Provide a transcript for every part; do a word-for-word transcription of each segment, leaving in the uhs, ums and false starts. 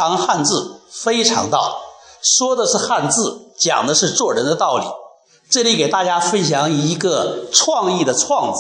常汉字，非常道，说的是汉字，讲的是做人的道理。这里给大家分享一个创意的创字，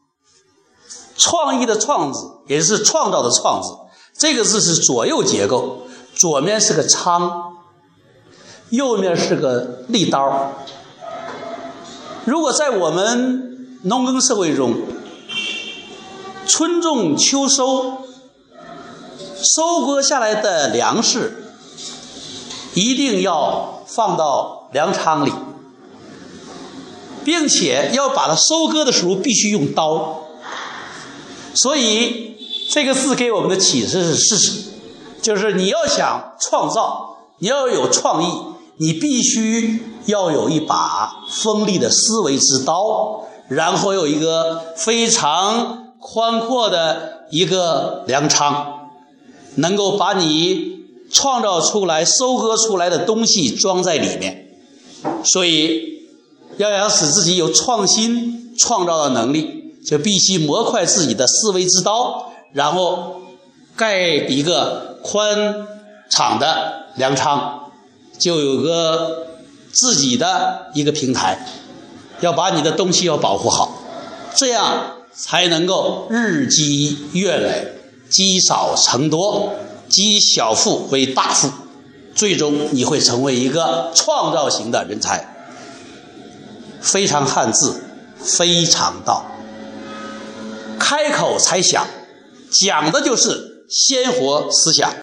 创意的创字也是创造的创字，这个字是左右结构，左面是个仓，右面是个利刀。如果在我们农耕社会中，春种秋收，收割下来的粮食一定要放到粮仓里，并且要把它收割的时候必须用刀。所以这个字给我们的启示是事实，就是你要想创造，你要有创意，你必须要有一把锋利的思维之刀，然后有一个非常宽阔的一个粮仓，能够把你创造出来收割出来的东西装在里面。所以要想使自己有创新创造的能力，就必须磨快自己的思维之刀，然后盖一个宽敞的粮仓，就有个自己的一个平台，要把你的东西要保护好，这样才能够日积月累，积少成多，积小富为大富，最终你会成为一个创造型的人才。非常汉字，非常道，开口才响，讲的就是鲜活思想。